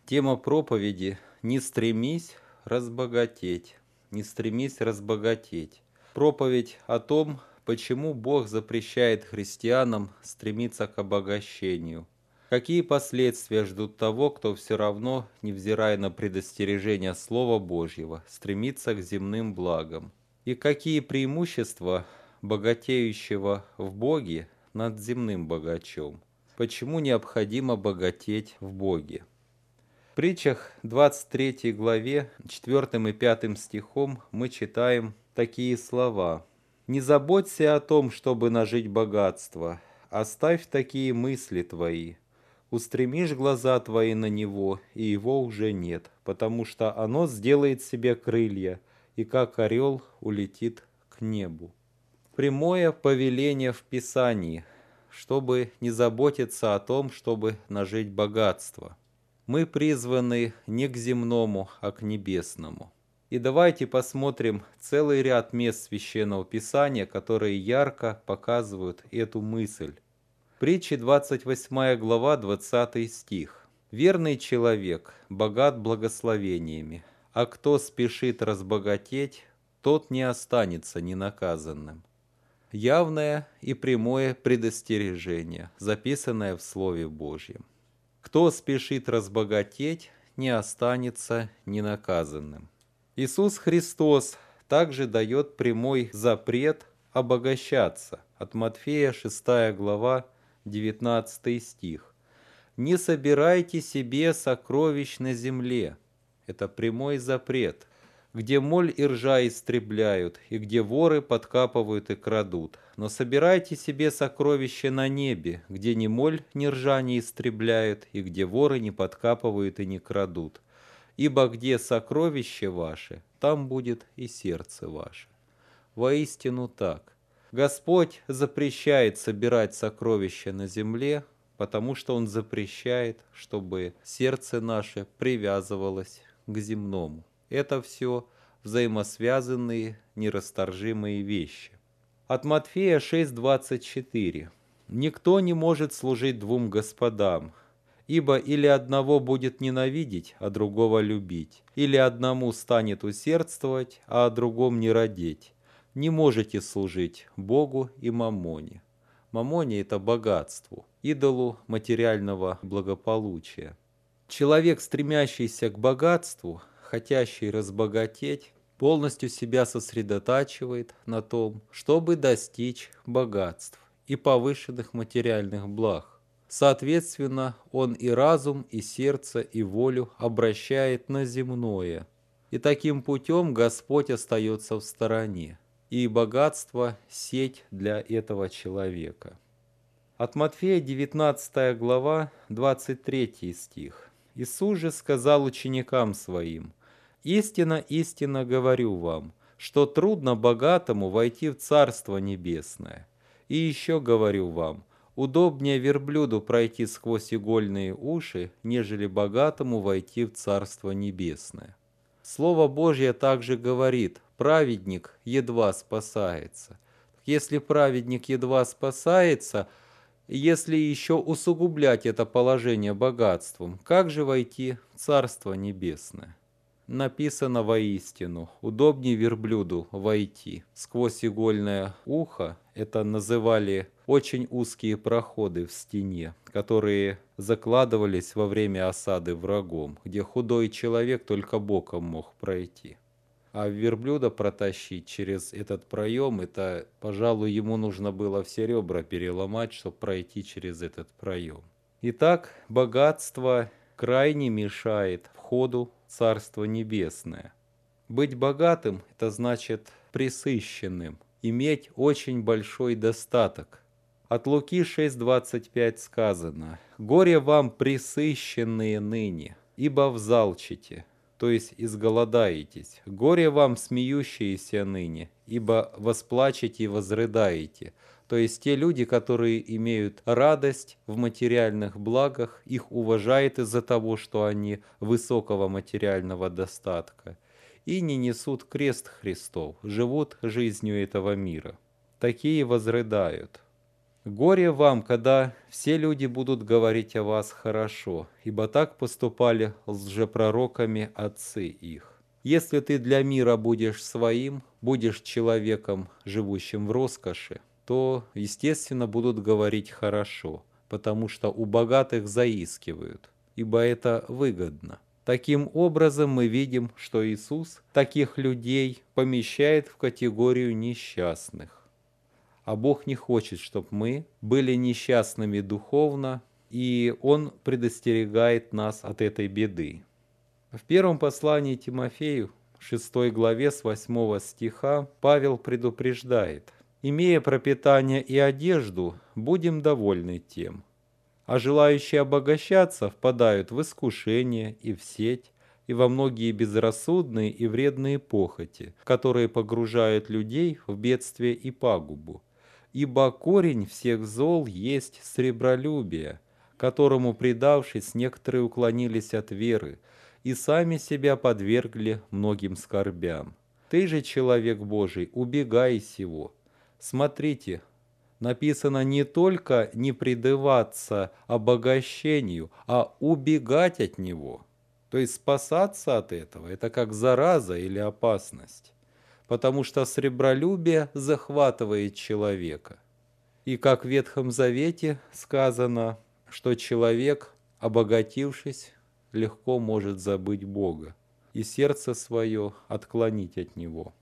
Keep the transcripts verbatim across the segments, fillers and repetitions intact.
Тема проповеди «Не стремись разбогатеть». Не стремись разбогатеть. Проповедь о том, почему Бог запрещает христианам стремиться к обогащению. Какие последствия ждут того, кто все равно, невзирая на предостережения Слова Божьего, стремится к земным благам? И какие преимущества богатеющего в Боге над земным богачом? Почему необходимо богатеть в Боге? В притчах двадцать третьей главе, четвёртым и пятым стихом мы читаем такие слова. «Не заботься о том, чтобы нажить богатство, оставь такие мысли твои. Устремишь глаза твои на него, и его уже нет, потому что оно сделает себе крылья, и как орел улетит к небу». Прямое повеление в Писании, чтобы не заботиться о том, чтобы нажить богатство. Мы призваны не к земному, а к небесному. И давайте посмотрим целый ряд мест Священного Писания, которые ярко показывают эту мысль. Притчи двадцать восьмая глава, двадцатый стих. «Верный человек богат благословениями, а кто спешит разбогатеть, тот не останется ненаказанным». Явное и прямое предостережение, записанное в Слове Божьем. Кто спешит разбогатеть, не останется ненаказанным. Иисус Христос также дает прямой запрет обогащаться. От Матфея шестая глава, девятнадцатый стих. «Не собирайте себе сокровищ на земле». Это прямой запрет. «Где моль и ржа истребляют, и где воры подкапывают и крадут. Но собирайте себе сокровища на небе, где ни моль, ни ржа не истребляют, и где воры не подкапывают и не крадут. Ибо где сокровище ваше, там будет и сердце ваше». Воистину так. Господь запрещает собирать сокровища на земле, потому что Он запрещает, чтобы сердце наше привязывалось к земному. Это все взаимосвязанные, нерасторжимые вещи. От Матфея шесть двадцать четыре. «Никто не может служить двум господам, ибо или одного будет ненавидеть, а другого любить, или одному станет усердствовать, а о другом не родить. Не можете служить Богу и маммоне». Маммоне – это богатству, идолу материального благополучия. Человек, стремящийся к богатству, хотящий разбогатеть, полностью себя сосредотачивает на том, чтобы достичь богатств и повышенных материальных благ. Соответственно, он и разум, и сердце, и волю обращает на земное. И таким путем Господь остается в стороне. И богатство – сеть для этого человека. От Матфея девятнадцатая глава, двадцать третий стих. «Иисус же сказал ученикам своим: истинно, истинно говорю вам, что трудно богатому войти в Царство Небесное. И еще говорю вам, удобнее верблюду пройти сквозь игольные уши, нежели богатому войти в Царство Небесное». Слово Божье также говорит: праведник едва спасается. Если праведник едва спасается, если еще усугублять это положение богатством, как же войти в Царство Небесное? Написано воистину: удобнее верблюду войти сквозь игольное ухо. Это называли очень узкие проходы в стене, которые закладывались во время осады врагом, где худой человек только боком мог пройти. А верблюда протащить через этот проем, это, пожалуй, ему нужно было все ребра переломать, чтобы пройти через этот проем. Итак, богатство крайне мешает входу в Царство Небесное. Быть богатым – это значит пресыщенным, иметь очень большой достаток. От Луки шесть двадцать пять сказано: «Горе вам, пресыщенные ныне, ибо взалчите». То есть изголодаетесь. «Горе вам, смеющиеся ныне, ибо восплачете и возрыдаете». То есть те люди, которые имеют радость в материальных благах, их уважают из-за того, что они высокого материального достатка, и не несут крест Христов, живут жизнью этого мира. Такие возрыдают. Горе вам, когда все люди будут говорить о вас хорошо, ибо так поступали лжепророками отцы их. Если ты для мира будешь своим, будешь человеком, живущим в роскоши, то, естественно, будут говорить хорошо, потому что у богатых заискивают, ибо это выгодно. Таким образом, мы видим, что Иисус таких людей помещает в категорию несчастных. А Бог не хочет, чтобы мы были несчастными духовно, и Он предостерегает нас от этой беды. В первом послании Тимофею, шестой главе с восьмого стиха, Павел предупреждает: «Имея пропитание и одежду, будем довольны тем. А желающие обогащаться впадают в искушение и в сеть, и во многие безрассудные и вредные похоти, которые погружают людей в бедствие и пагубу. Ибо корень всех зол есть сребролюбие, которому, предавшись, некоторые уклонились от веры и сами себя подвергли многим скорбям. Ты же, человек Божий, убегай сего. Смотрите, написано не только не предаваться обогащению, а убегать от него. То есть спасаться от этого – это как зараза или опасность, потому что сребролюбие захватывает человека. И как в Ветхом Завете сказано, что человек, обогатившись, легко может забыть Бога и сердце свое отклонить от Него.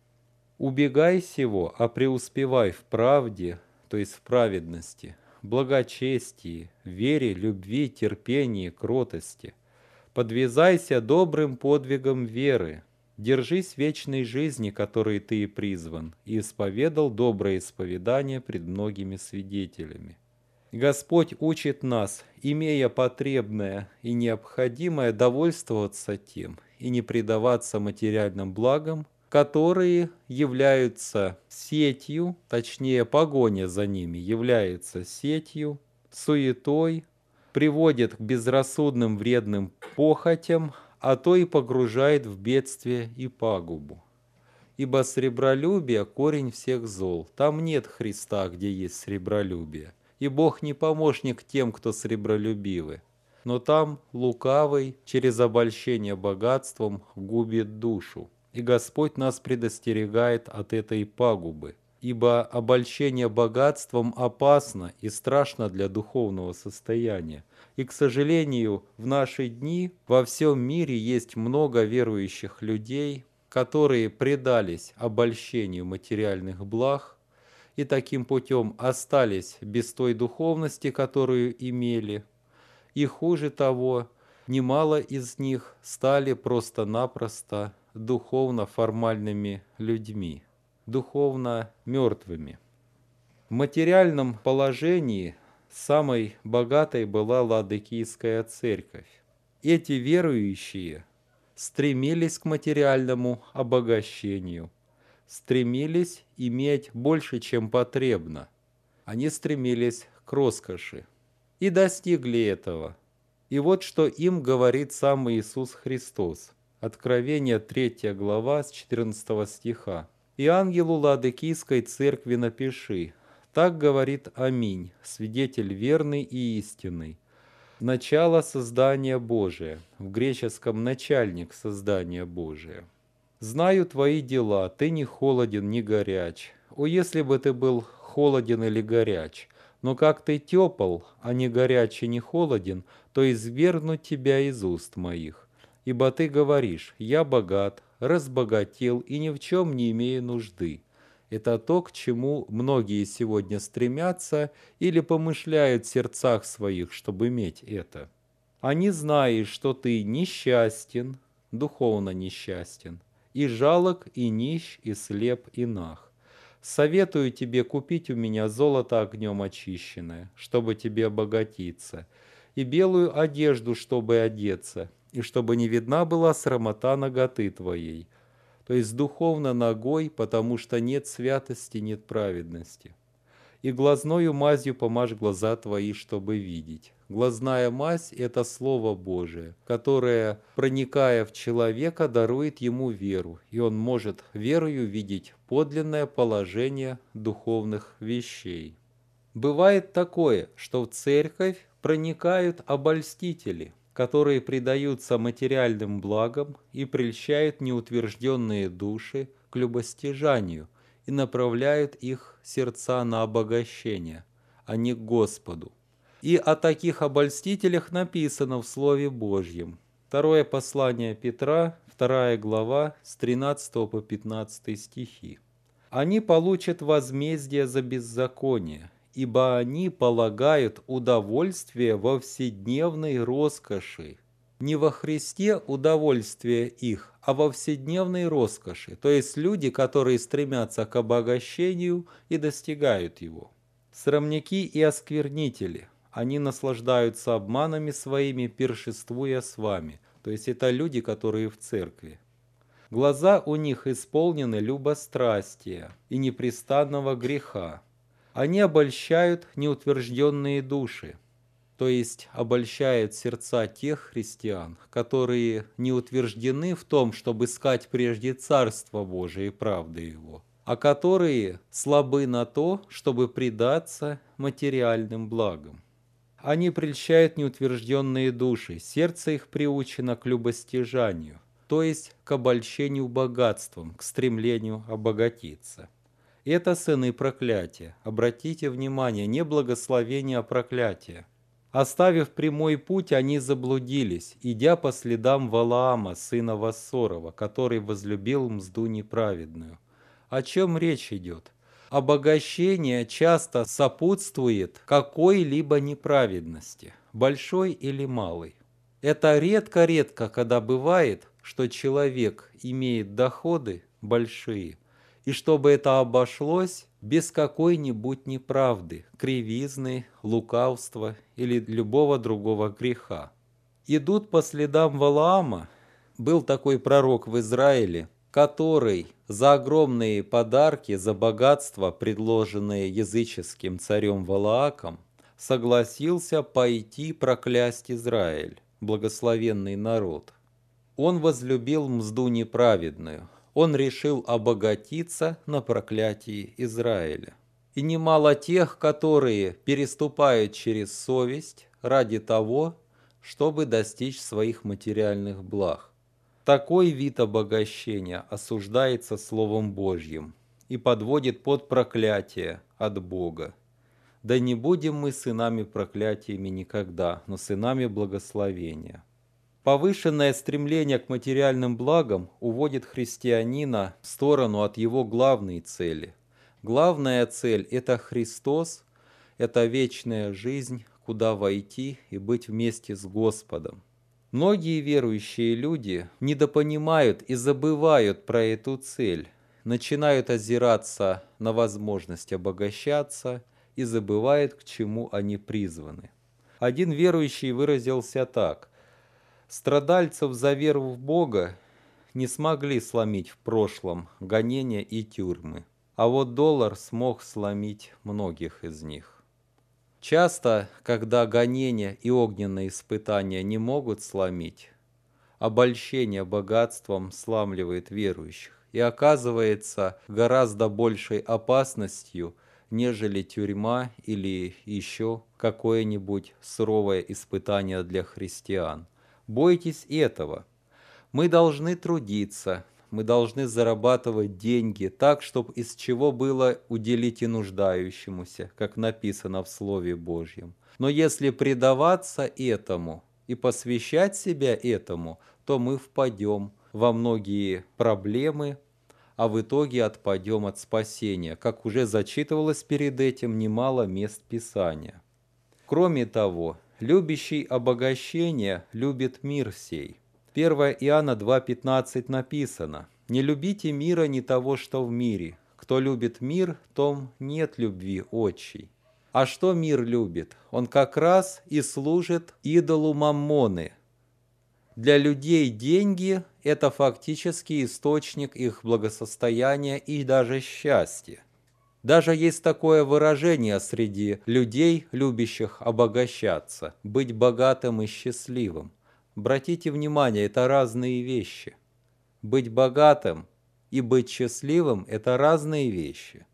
Убегай сего, а преуспевай в правде, то есть в праведности, благочестии, вере, любви, терпении, кротости. Подвязайся добрым подвигом веры, держись вечной жизни, которой ты и призван, и исповедал доброе исповедание пред многими свидетелями. Господь учит нас, имея потребное и необходимое, довольствоваться тем и не предаваться материальным благам, которые являются сетью, точнее погоня за ними является сетью, суетой, приводит к безрассудным вредным похотям, а то и погружает в бедствие и пагубу. Ибо сребролюбие – корень всех зол. Там нет Христа, где есть сребролюбие. И Бог не помощник тем, кто сребролюбивы. Но там лукавый через обольщение богатством губит душу. И Господь нас предостерегает от этой пагубы. Ибо обольщение богатством опасно и страшно для духовного состояния. И, к сожалению, в наши дни во всем мире есть много верующих людей, которые предались обольщению материальных благ и таким путем остались без той духовности, которую имели. И хуже того, немало из них стали просто-напросто духовно-формальными людьми, духовно мертвыми. В материальном положении самой богатой была Ладыкийская церковь. Эти верующие стремились к материальному обогащению, стремились иметь больше, чем потребно. Они стремились к роскоши и достигли этого. И вот что им говорит сам Иисус Христос. Откровение третья глава с четырнадцатого стиха. «И ангелу Ладыкийской церкви напиши: так говорит Аминь, свидетель верный и истинный, начало создания Божия», в греческом «начальник создания Божия. «Знаю твои дела, ты не холоден, не горяч. О, если бы ты был холоден или горяч! Но как ты тепл, а не горяч и не холоден, то извергну тебя из уст моих. Ибо ты говоришь: я богат, разбогател и ни в чем не имею нужды». Это то, к чему многие сегодня стремятся или помышляют в сердцах своих, чтобы иметь это. А не знаешь, что ты несчастен, духовно несчастен, и жалок, и нищ, и слеп, и наг. Советую тебе купить у меня золото огнем очищенное, чтобы тебе обогатиться, и белую одежду, чтобы одеться, и чтобы не видна была срамота наготы твоей, то есть духовно нагой, потому что нет святости, нет праведности. И глазною мазью помажь глаза твои, чтобы видеть. Глазная мазь – это Слово Божие, которое, проникая в человека, дарует ему веру, и он может верою видеть подлинное положение духовных вещей. Бывает такое, что в церковь проникают обольстители, которые предаются материальным благам и прельщают неутвержденные души к любостяжанию и направляют их сердца на обогащение, а не к Господу. И о таких обольстителях написано в Слове Божьем. Второе послание Петра, вторая глава, с тринадцатого по пятнадцатый стихи. «Они получат возмездие за беззаконие, ибо они полагают удовольствие во вседневной роскоши». Не во Христе удовольствие их, а во вседневной роскоши, то есть люди, которые стремятся к обогащению и достигают его. Срамники и осквернители, они наслаждаются обманами своими, пиршествуя с вами, то есть это люди, которые в церкви. Глаза у них исполнены любострастия и непрестанного греха. Они обольщают неутвержденные души, то есть обольщают сердца тех христиан, которые не утверждены в том, чтобы искать прежде Царство Божие и правды Его, а которые слабы на то, чтобы предаться материальным благам. Они прельщают неутвержденные души, сердце их приучено к любостяжанию, то есть к обольщению богатством, к стремлению обогатиться. Это сыны проклятия. Обратите внимание, не благословение, а проклятие. Оставив прямой путь, они заблудились, идя по следам Валаама, сына Вассорова, который возлюбил мзду неправедную. О чем речь идет? Обогащение часто сопутствует какой-либо неправедности, большой или малой. Это редко-редко, когда бывает, что человек имеет доходы большие, и чтобы это обошлось без какой-нибудь неправды, кривизны, лукавства или любого другого греха. Идут по следам Валаама. Был такой пророк в Израиле, который за огромные подарки, за богатства, предложенные языческим царем Валааком, согласился пойти проклясть Израиль, благословенный народ. Он возлюбил мзду неправедную, он решил обогатиться на проклятии Израиля. И немало тех, которые переступают через совесть ради того, чтобы достичь своих материальных благ. Такой вид обогащения осуждается Словом Божьим и подводит под проклятие от Бога. Да не будем мы сынами проклятиями никогда, но сынами благословения. Повышенное стремление к материальным благам уводит христианина в сторону от его главной цели. Главная цель – это Христос, это вечная жизнь, куда войти и быть вместе с Господом. Многие верующие люди недопонимают и забывают про эту цель, начинают озираться на возможность обогащаться и забывают, к чему они призваны. Один верующий выразился так: «Страдальцев за веру в Бога не смогли сломить в прошлом гонения и тюрьмы, а вот доллар смог сломить многих из них». Часто, когда гонения и огненные испытания не могут сломить, обольщение богатством сламливает верующих и оказывается гораздо большей опасностью, нежели тюрьма или еще какое-нибудь суровое испытание для христиан. Бойтесь этого. Мы должны трудиться, мы должны зарабатывать деньги так, чтобы из чего было уделить и нуждающемуся, как написано в Слове Божьем. Но если предаваться этому и посвящать себя этому, то мы впадем во многие проблемы, а в итоге отпадем от спасения, как уже зачитывалось перед этим немало мест Писания. Кроме того, любящий обогащение любит мир сей. первое Иоанна два пятнадцать написано: «Не любите мира, ни того, что в мире. Кто любит мир, том нет любви отчей». А что мир любит? Он как раз и служит идолу Маммоны. Для людей деньги – это фактически источник их благосостояния и даже счастья. Даже есть такое выражение среди людей, любящих обогащаться – быть богатым и счастливым. Обратите внимание, это разные вещи. Быть богатым и быть счастливым – это разные вещи.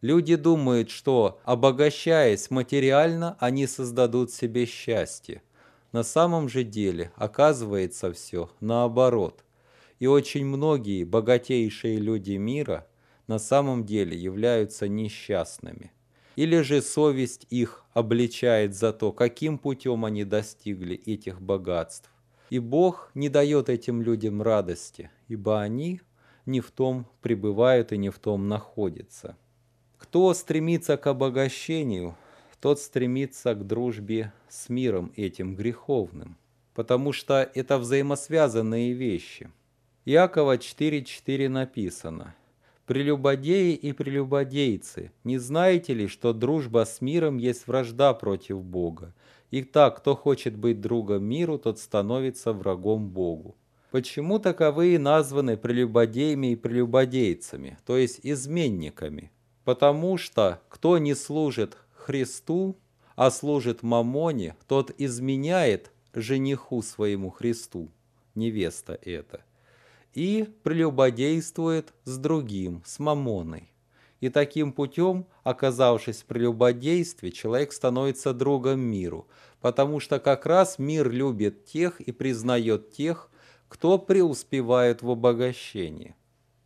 Люди думают, что, обогащаясь материально, они создадут себе счастье. На самом же деле оказывается все наоборот. И очень многие богатейшие люди мира на самом деле являются несчастными. Или же совесть их обличает за то, каким путем они достигли этих богатств. И Бог не дает этим людям радости, ибо они не в том пребывают и не в том находятся. Кто стремится к обогащению, тот стремится к дружбе с миром этим греховным, потому что это взаимосвязанные вещи. Иакова четыре четыре написано: «Прелюбодеи и прелюбодейцы, не знаете ли, что дружба с миром есть вражда против Бога? Итак, кто хочет быть другом миру, тот становится врагом Богу». Почему таковые названы прелюбодеями и прелюбодейцами, то есть изменниками? Потому что кто не служит Христу, а служит мамоне, тот изменяет жениху своему Христу, невеста эта, и прелюбодействует с другим, с мамоной. И таким путем, оказавшись в прелюбодействе, человек становится другом миру, потому что как раз мир любит тех и признает тех, кто преуспевает в обогащении.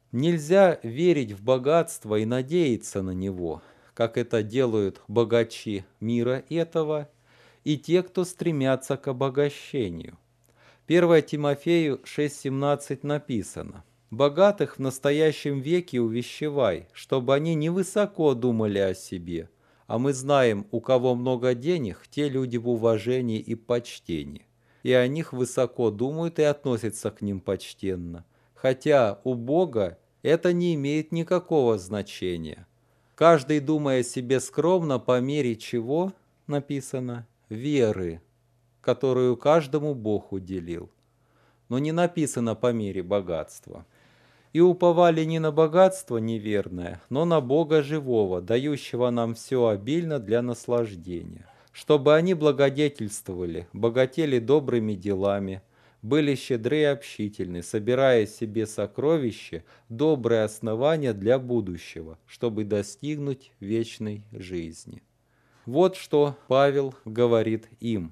Нельзя верить в богатство и надеяться на него, как это делают богачи мира этого и те, кто стремятся к обогащению. первое Тимофею шесть семнадцать написано: «Богатых в настоящем веке увещевай, чтобы они невысоко думали о себе, а мы знаем, у кого много денег, те люди в уважении и почтении, и о них высоко думают и относятся к ним почтенно. Хотя у Бога это не имеет никакого значения. Каждый, думая о себе скромно, по мере чего, написано, веры, которую каждому Бог уделил». Но не написано по мере богатства. «И уповали не на богатство неверное, но на Бога живого, дающего нам все обильно для наслаждения, чтобы они благодетельствовали, богатели добрыми делами, были щедры и общительны, собирая себе сокровища, добрые основания для будущего, чтобы достигнуть вечной жизни». Вот что Павел говорит им.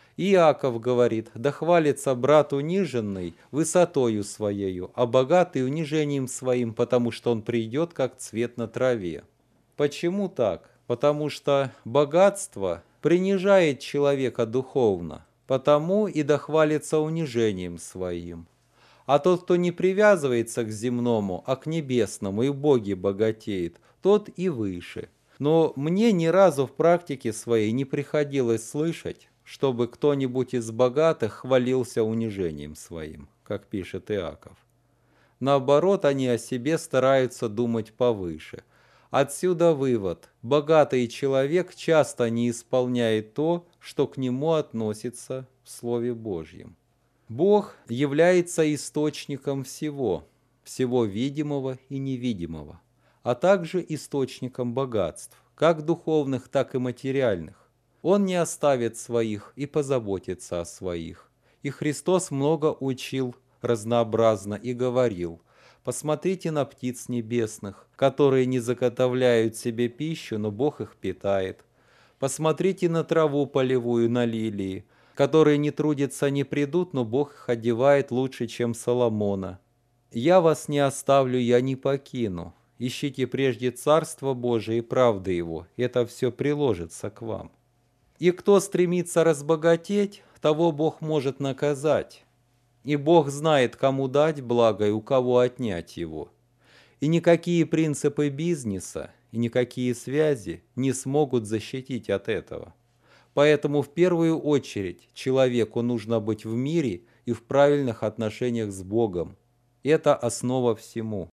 Иаков говорит: «Да хвалится брат униженный высотою своею, а богатый унижением своим, потому что он придет, как цвет на траве». Почему так? Потому что богатство принижает человека духовно, потому и дохвалится унижением своим. А тот, кто не привязывается к земному, а к небесному, и в Боге богатеет, тот и выше. Но мне ни разу в практике своей не приходилось слышать, чтобы кто-нибудь из богатых хвалился унижением своим, как пишет Иаков. Наоборот, они о себе стараются думать повыше. Отсюда вывод: богатый человек часто не исполняет то, что к нему относится в Слове Божьем. Бог является источником всего, всего видимого и невидимого, а также источником богатств, как духовных, так и материальных. Он не оставит своих и позаботится о своих. И Христос много учил разнообразно и говорил: «Посмотрите на птиц небесных, которые не заготовляют себе пищу, но Бог их питает. Посмотрите на траву полевую, на лилии, которые не трудятся, не придут, но Бог их одевает лучше, чем Соломона. Я вас не оставлю, я не покину. Ищите прежде Царство Божие и правды Его, это все приложится к вам». И кто стремится разбогатеть, того Бог может наказать. И Бог знает, кому дать благо и у кого отнять его. И никакие принципы бизнеса и никакие связи не смогут защитить от этого. Поэтому в первую очередь человеку нужно быть в мире и в правильных отношениях с Богом. Это основа всему.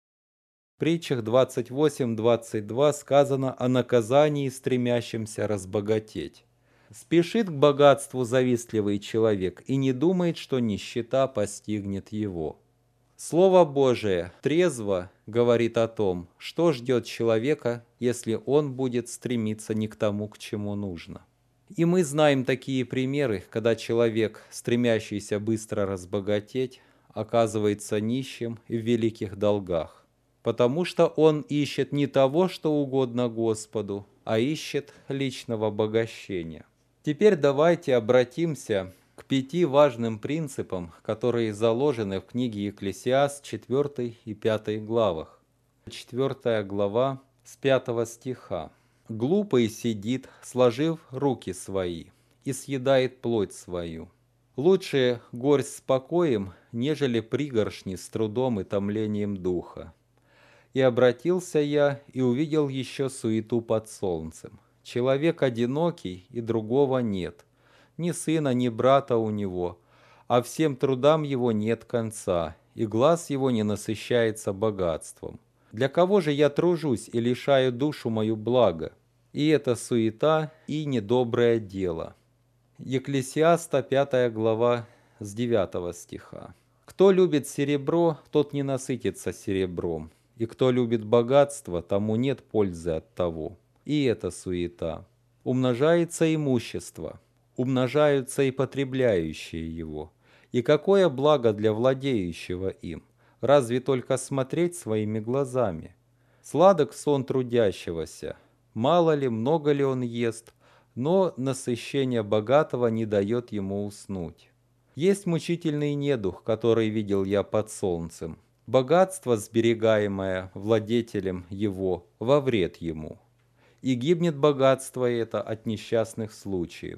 В притчах двадцать восемь двадцать два сказано о наказании, стремящемся разбогатеть. Спешит к богатству завистливый человек и не думает, что нищета постигнет его. Слово Божие трезво говорит о том, что ждет человека, если он будет стремиться не к тому, к чему нужно. И мы знаем такие примеры, когда человек, стремящийся быстро разбогатеть, оказывается нищим и в великих долгах. потому что он ищет не того, что угодно Господу, а ищет личного обогащения. Теперь давайте обратимся к пяти важным принципам, которые заложены в книге Екклесиаст четвёртой и пятой главах. четвёртая глава с пятого стиха. «Глупый сидит, сложив руки свои, и съедает плоть свою. Лучше горсть с покоем, нежели пригоршни с трудом и томлением духа. И обратился я и увидел еще суету под солнцем. Человек одинокий, и другого нет. Ни сына, ни брата у него, а всем трудам его нет конца, и глаз его не насыщается богатством. Для кого же я тружусь и лишаю душу мою блага? И это суета и недоброе дело». Екклесиаста пятая глава с девятого стиха. «Кто любит серебро, тот не насытится серебром, и кто любит богатство, тому нет пользы от того. И это суета. Умножается имущество, умножаются и потребляющие его. И какое благо для владеющего им? Разве только смотреть своими глазами? Сладок сон трудящегося, мало ли, много ли он ест, но насыщение богатого не дает ему уснуть. Есть мучительный недух, который видел я под солнцем, богатство, сберегаемое владетелем его, во вред ему. И гибнет богатство это от несчастных случаев.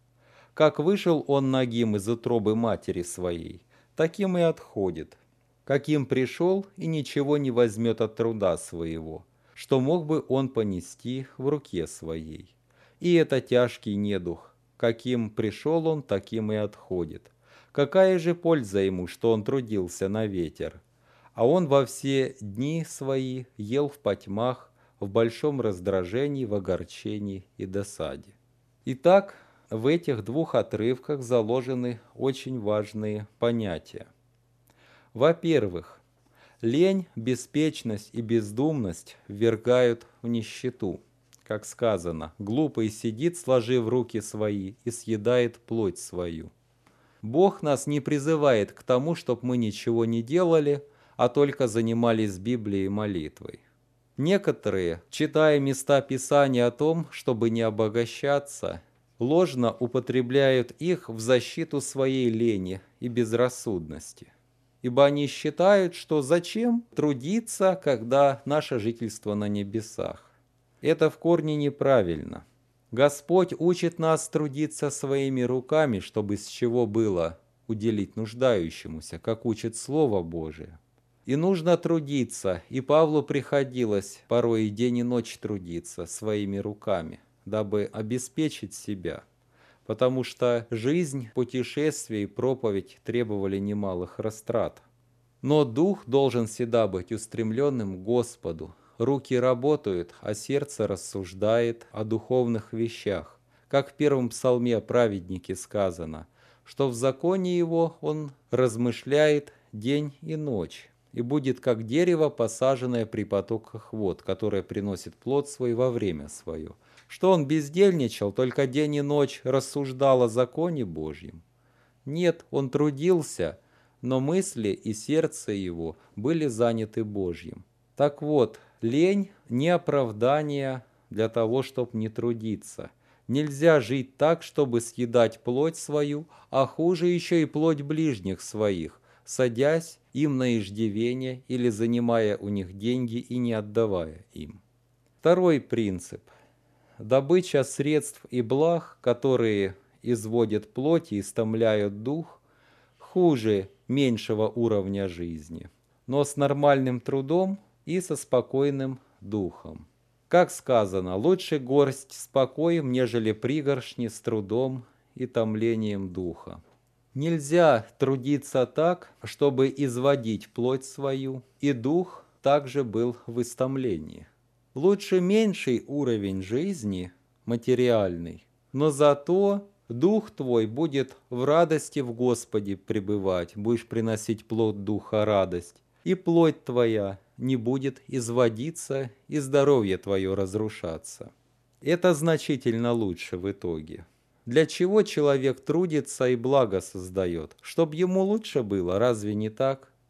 Как вышел он нагим из утробы матери своей, таким и отходит. Каким пришел, и ничего не возьмет от труда своего, что мог бы он понести в руке своей. И это тяжкий недух. Каким пришел он, таким и отходит. Какая же польза ему, что он трудился на ветер? А он во все дни свои ел в потьмах, в большом раздражении, в огорчении и досаде». Итак, в этих двух отрывках заложены очень важные понятия. Во-первых, лень, беспечность и бездумность ввергают в нищету. Как сказано, глупый сидит, сложив руки свои, и съедает плоть свою. Бог нас не призывает к тому, чтобы мы ничего не делали, а только занимались Библией и молитвой. Некоторые, читая места Писания о том, чтобы не обогащаться, ложно употребляют их в защиту своей лени и безрассудности. Ибо они считают, что зачем трудиться, когда наше жительство на небесах. Это в корне неправильно. Господь учит нас трудиться своими руками, чтобы с чего было уделить нуждающемуся, как учит Слово Божие. И нужно трудиться, и Павлу приходилось порой и день и ночь трудиться своими руками, дабы обеспечить себя, потому что жизнь, путешествие и проповедь требовали немалых растрат. Но дух должен всегда быть устремленным к Господу. Руки работают, а сердце рассуждает о духовных вещах. Как в первом псалме о праведнике сказано, что в законе его он размышляет день и ночь, и будет как дерево, посаженное при потоках вод, которое приносит плод свой во время свое. Что он бездельничал, только день и ночь рассуждал о законе Божьем? Нет, он трудился, но мысли и сердце его были заняты Божьим. Так вот, лень не оправдание для того, чтобы не трудиться. Нельзя жить так, чтобы съедать плоть свою, а хуже еще и плоть ближних своих, садясь им на иждивение или занимая у них деньги и не отдавая им. Второй принцип. Добыча средств и благ, которые изводят плоть и истомляют дух, хуже меньшего уровня жизни, но с нормальным трудом и со спокойным духом. Как сказано, лучше горсть с покоем, нежели пригоршни с трудом и томлением духа. Нельзя трудиться так, чтобы изводить плоть свою, и дух также был в истомлении. Лучше меньший уровень жизни, материальный, но зато дух твой будет в радости в Господе пребывать, будешь приносить плод духа радость, и плоть твоя не будет изводиться, и здоровье твое разрушаться. Это значительно лучше в итоге. Для чего человек трудится и благо создает? Чтоб ему лучше было, разве не так?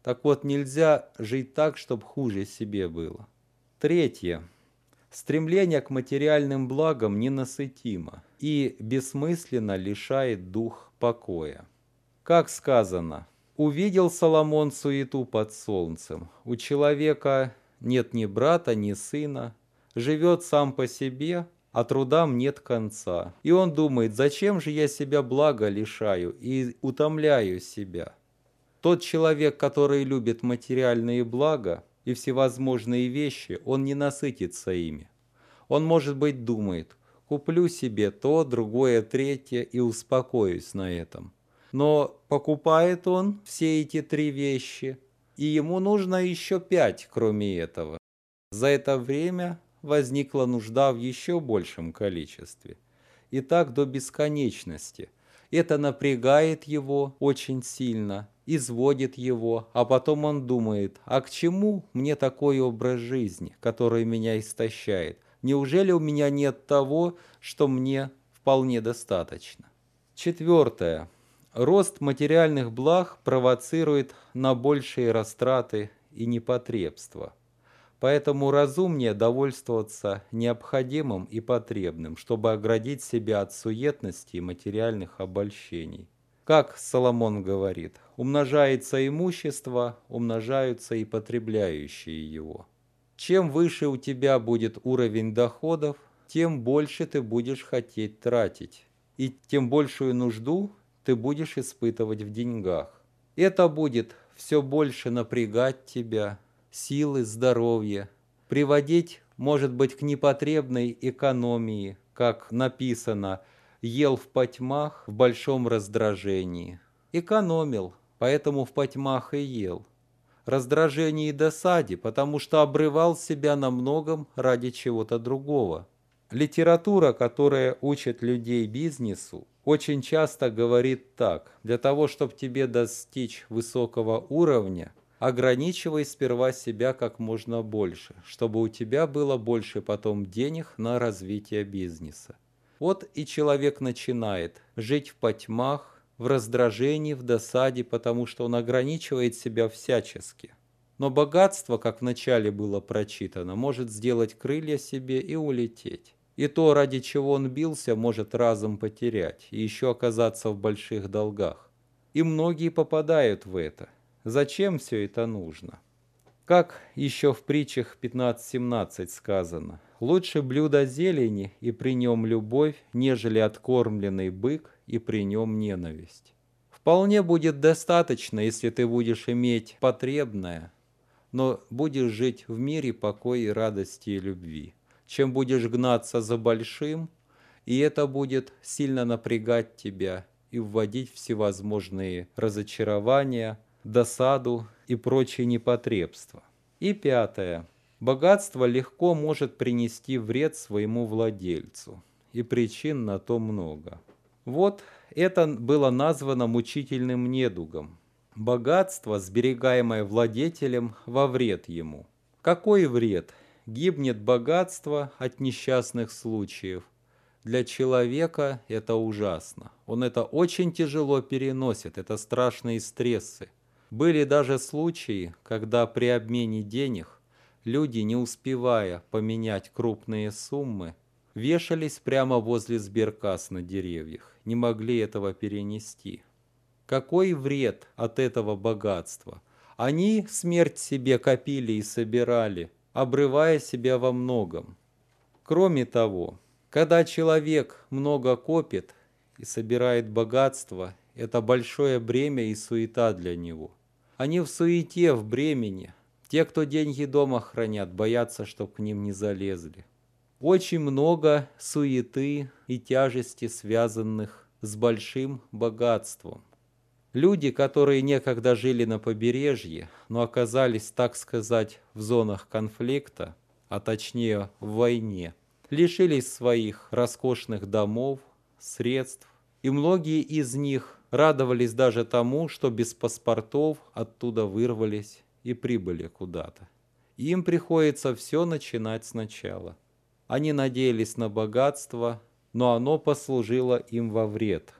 Так вот, нельзя жить так, чтобы хуже себе было. Третье. Стремление к материальным благам ненасытимо и бессмысленно лишает дух покоя. Как сказано, увидел Соломон суету под солнцем. У человека нет ни брата, ни сына, живет сам по себе, а трудам нет конца. И он думает, зачем же я себя блага лишаю и утомляю себя? Тот человек, который любит материальные блага и всевозможные вещи, он не насытится ими. Он, может быть, думает, куплю себе то, другое, третье и успокоюсь на этом. Но покупает он все эти три вещи, и ему нужно еще пять, кроме этого. За это время возникла нужда в еще большем количестве. И так до бесконечности. Это напрягает его очень сильно, изводит его, а потом он думает, а к чему мне такой образ жизни, который меня истощает? Неужели у меня нет того, что мне вполне достаточно? Четвертое. Рост материальных благ провоцирует на большие растраты и непотребства. Поэтому разумнее довольствоваться необходимым и потребным, чтобы оградить себя от суетности и материальных обольщений. Как Соломон говорит, умножается имущество, умножаются и потребляющие его. Чем выше у тебя будет уровень доходов, тем больше ты будешь хотеть тратить, и тем большую нужду ты будешь испытывать в деньгах. Это будет все больше напрягать тебя, силы, здоровье, приводить, может быть, к непотребной экономии, как написано, ел в потьмах в большом раздражении. Экономил, поэтому в потьмах и ел. Раздражении и досаде, потому что обрывал себя на многом ради чего-то другого. Литература, которая учит людей бизнесу, очень часто говорит так: для того, чтобы тебе достичь высокого уровня, ограничивай сперва себя как можно больше, чтобы у тебя было больше потом денег на развитие бизнеса. Вот и человек начинает жить в потьмах, в раздражении, в досаде, потому что он ограничивает себя всячески. Но богатство, как вначале было прочитано, может сделать крылья себе и улететь. И то, ради чего он бился, может разом потерять и еще оказаться в больших долгах. И многие попадают в это. Зачем все это нужно? Как еще в притчах пятнадцать семнадцать сказано, «Лучше блюдо зелени, и при нем любовь, нежели откормленный бык, и при нем ненависть». Вполне будет достаточно, если ты будешь иметь потребное, но будешь жить в мире покоя, и радости и любви, чем будешь гнаться за большим, и это будет сильно напрягать тебя и вводить всевозможные разочарования, досаду и прочие непотребства. И пятое. Богатство легко может принести вред своему владельцу, и причин на то много. Вот это было названо мучительным недугом. Богатство, сберегаемое владетелем, во вред ему. Какой вред? Гибнет богатство от несчастных случаев. Для человека это ужасно. Он это очень тяжело переносит, это страшные стрессы. Были даже случаи, когда при обмене денег люди, не успевая поменять крупные суммы, вешались прямо возле сберкасс на деревьях, не могли этого перенести. Какой вред от этого богатства? Они смерть себе копили и собирали, обрывая себя во многом. Кроме того, когда человек много копит и собирает богатство, это большое бремя и суета для него. Они в суете, в бремени. Те, кто деньги дома хранят, боятся, чтоб к ним не залезли. Очень много суеты и тяжести, связанных с большим богатством. Люди, которые некогда жили на побережье, но оказались, так сказать, в зонах конфликта, а точнее в войне, лишились своих роскошных домов, средств, и многие из них радовались даже тому, что без паспортов оттуда вырвались и прибыли куда-то. Им приходится все начинать сначала. Они надеялись на богатство, но оно послужило им во вред.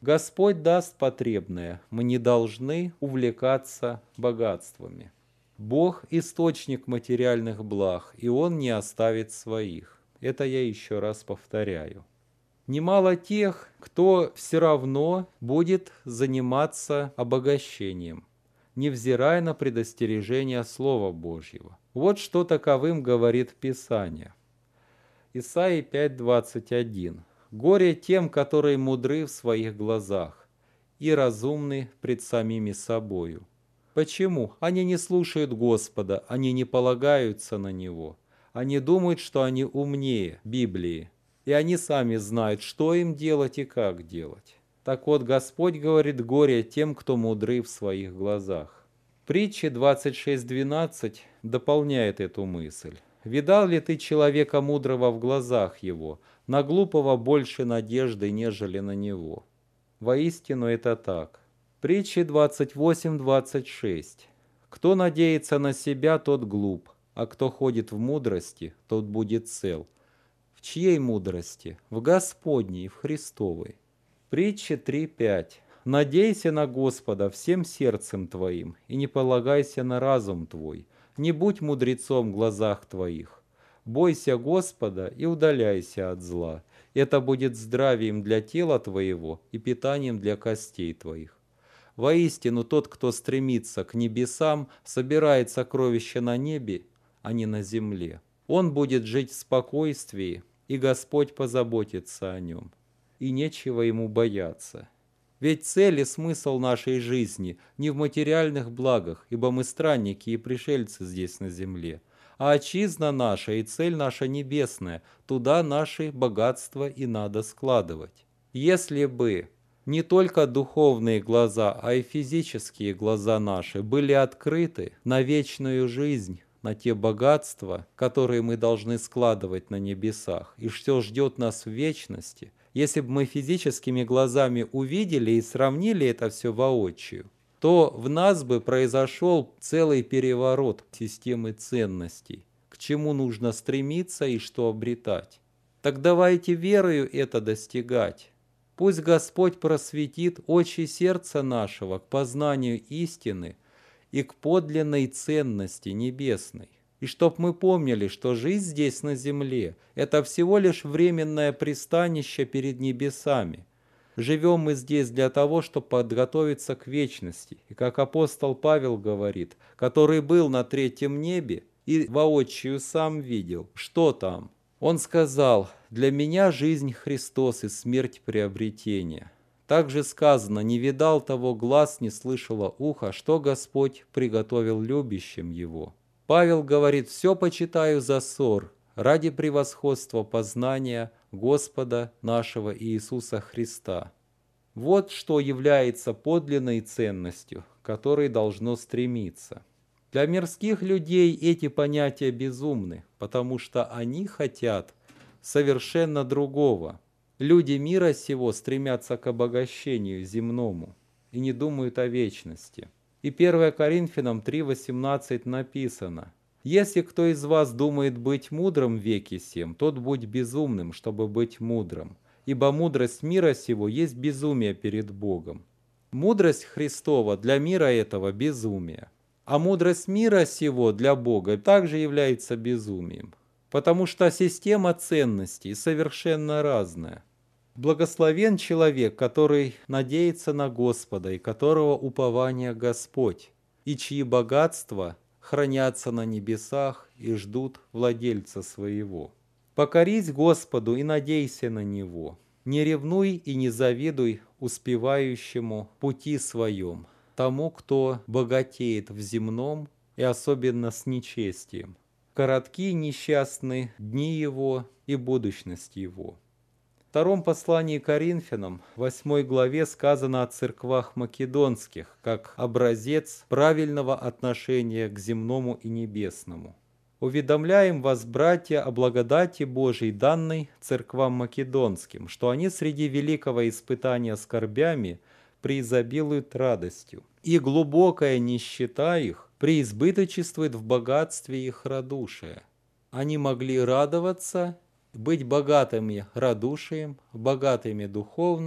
Господь даст потребное, мы не должны увлекаться богатствами. Бог – источник материальных благ, и Он не оставит своих. Это я еще раз повторяю. Немало тех, кто все равно будет заниматься обогащением, невзирая на предостережение Слова Божьего. Вот что таковым говорит Писание. Исайя пять двадцать один. «Горе тем, которые мудры в своих глазах и разумны пред самими собою». Почему? Они не слушают Господа, они не полагаются на Него. Они думают, что они умнее Библии, и они сами знают, что им делать и как делать. Так вот, Господь говорит: горе тем, кто мудры в своих глазах. Притча двадцать шесть двенадцать дополняет эту мысль. «Видал ли ты человека мудрого в глазах его? На глупого больше надежды, нежели на него». Воистину это так. Притча двадцать восемь двадцать шесть. «Кто надеется на себя, тот глуп, а кто ходит в мудрости, тот будет цел». В чьей мудрости? В Господней, в Христовой. Притча три пять. «Надейся на Господа всем сердцем твоим, и не полагайся на разум твой. Не будь мудрецом в глазах твоих. Бойся Господа и удаляйся от зла. Это будет здравием для тела твоего и питанием для костей твоих». Воистину, тот, кто стремится к небесам, собирает сокровища на небе, а не на земле. Он будет жить в спокойствии, и Господь позаботится о нем. И нечего ему бояться. Ведь цель и смысл нашей жизни не в материальных благах, ибо мы странники и пришельцы здесь на земле, а отчизна наша и цель наша небесная, туда наши богатства и надо складывать. Если бы не только духовные глаза, а и физические глаза наши были открыты на вечную жизнь, на те богатства, которые мы должны складывать на небесах, и что ждет нас в вечности, если бы мы физическими глазами увидели и сравнили это все воочию, то в нас бы произошел целый переворот системы ценностей, к чему нужно стремиться и что обретать. Так давайте верою это достигать. Пусть Господь просветит очи сердца нашего к познанию истины и к подлинной ценности небесной. И чтоб мы помнили, что жизнь здесь на земле – это всего лишь временное пристанище перед небесами. Живем мы здесь для того, чтобы подготовиться к вечности. И как апостол Павел говорит, который был на третьем небе и воочию сам видел, что там. Он сказал: «Для меня жизнь Христос и смерть приобретение». Также сказано: «Не видал того глаз, не слышало ухо, что Господь приготовил любящим Его». Павел говорит: «Все почитаю за ссор ради превосходства познания Господа нашего Иисуса Христа». Вот что является подлинной ценностью, к которой должно стремиться. Для мирских людей эти понятия безумны, потому что они хотят совершенно другого. Люди мира сего стремятся к обогащению земному и не думают о вечности. И первое Коринфянам три восемнадцать написано: «Если кто из вас думает быть мудрым в веке сем, тот будь безумным, чтобы быть мудрым, ибо мудрость мира сего есть безумие перед Богом». Мудрость Христова для мира этого безумие, а мудрость мира сего для Бога также является безумием, потому что система ценностей совершенно разная. Благословен человек, который надеется на Господа и которого упование Господь, и чьи богатства хранятся на небесах и ждут владельца своего. Покорись Господу и надейся на Него. Не ревнуй и не завидуй успевающему пути своем, тому, кто богатеет в земном и особенно с нечестием. Коротки несчастны дни его и будущность его. В втором послании Коринфянам, восьмой главе, сказано о церквах македонских, как образец правильного отношения к земному и небесному. «Уведомляем вас, братья, о благодати Божией, данной церквам македонским, что они среди великого испытания скорбями преизобилуют радостью, и глубокая нищета их преизбыточествует в богатстве их радушия». Они могли радоваться, быть богатыми радушием, богатыми духовно,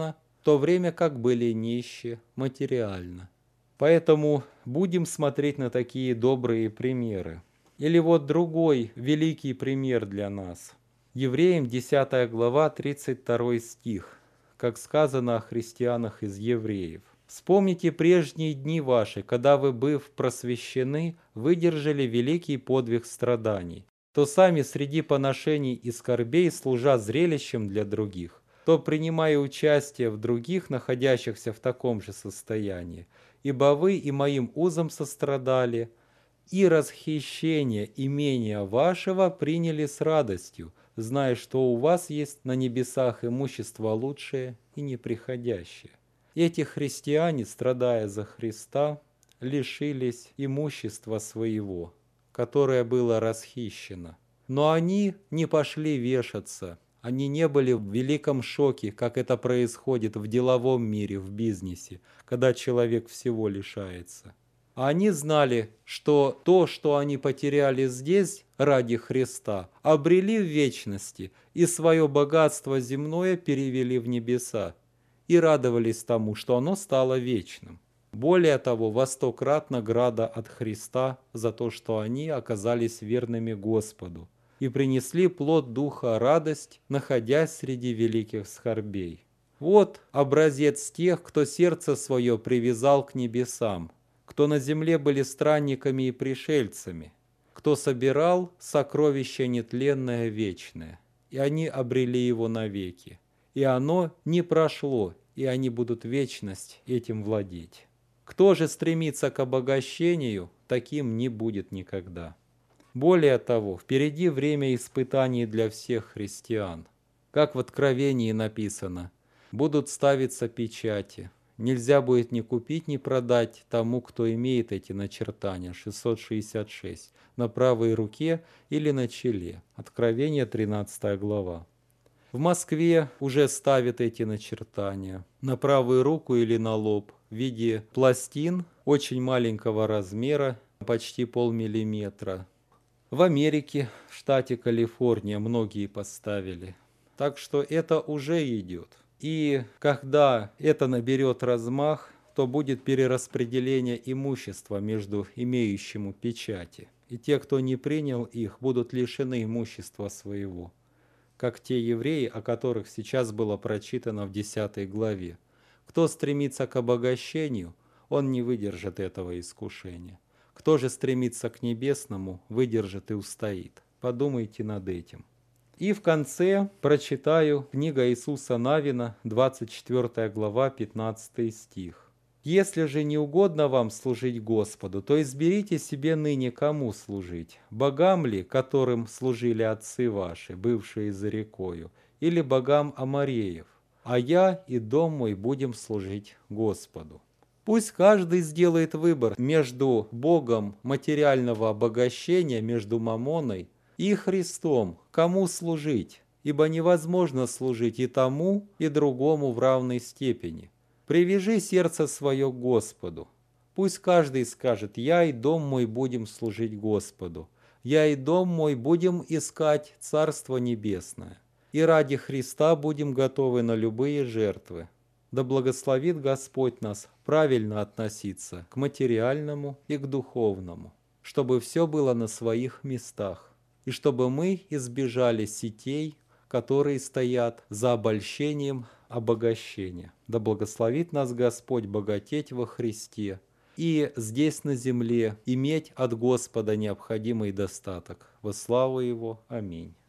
то время как были нищи материально. Поэтому будем смотреть на такие добрые примеры. Или вот другой великий пример для нас. Евреям десятая глава, тридцать второй стих, как сказано о христианах из евреев. «Вспомните прежние дни ваши, когда вы, быв просвещены, выдержали великий подвиг страданий, то сами среди поношений и скорбей, служа зрелищем для других, то принимая участие в других, находящихся в таком же состоянии, ибо вы и моим узам сострадали, и расхищение имения вашего приняли с радостью, зная, что у вас есть на небесах имущество лучшее и неприходящее». Эти христиане, страдая за Христа, лишились имущества своего, которое было расхищено. Но они не пошли вешаться, они не были в великом шоке, как это происходит в деловом мире, в бизнесе, когда человек всего лишается. А они знали, что то, что они потеряли здесь ради Христа, обрели в вечности и свое богатство земное перевели в небеса и радовались тому, что оно стало вечным. Более того, во сто крат награда от Христа за то, что они оказались верными Господу и принесли плод Духа радость, находясь среди великих скорбей. Вот образец тех, кто сердце свое привязал к небесам, кто на земле были странниками и пришельцами, кто собирал сокровище нетленное вечное, и они обрели его навеки. И оно не прошло, и они будут вечность этим владеть. Кто же стремится к обогащению, таким не будет никогда. Более того, впереди время испытаний для всех христиан. Как в Откровении написано, будут ставиться печати. Нельзя будет ни купить, ни продать тому, кто имеет эти начертания, шестьсот шестьдесят шесть, на правой руке или на челе. Откровение, тринадцатая глава. В Москве уже ставят эти начертания на правую руку или на лоб в виде пластин очень маленького размера, почти полмиллиметра. В Америке, в штате Калифорния, многие поставили. Так что это уже идет. И когда это наберет размах, то будет перераспределение имущества между имеющими печати. И те, кто не принял их, будут лишены имущества своего, как те евреи, о которых сейчас было прочитано в десятой главе. Кто стремится к обогащению, он не выдержит этого искушения. Кто же стремится к небесному, выдержит и устоит. Подумайте над этим. И в конце прочитаю книга Иисуса Навина, двадцать четвёртая глава, пятнадцатый стих. «Если же не угодно вам служить Господу, то изберите себе ныне кому служить, богам ли, которым служили отцы ваши, бывшие за рекою, или богам Амореев, а я и дом мой будем служить Господу». Пусть каждый сделает выбор между Богом материального обогащения, между Мамоной и Христом, кому служить, ибо невозможно служить и тому, и другому в равной степени. Привяжи сердце свое к Господу. Пусть каждый скажет: «Я и дом мой будем служить Господу. Я и дом мой будем искать Царство Небесное. И ради Христа будем готовы на любые жертвы». Да благословит Господь нас правильно относиться к материальному и к духовному, чтобы все было на своих местах, и чтобы мы избежали сетей, которые стоят за обольщением обогащения. Да благословит нас Господь богатеть во Христе и здесь на земле иметь от Господа необходимый достаток. Во славу Его. Аминь.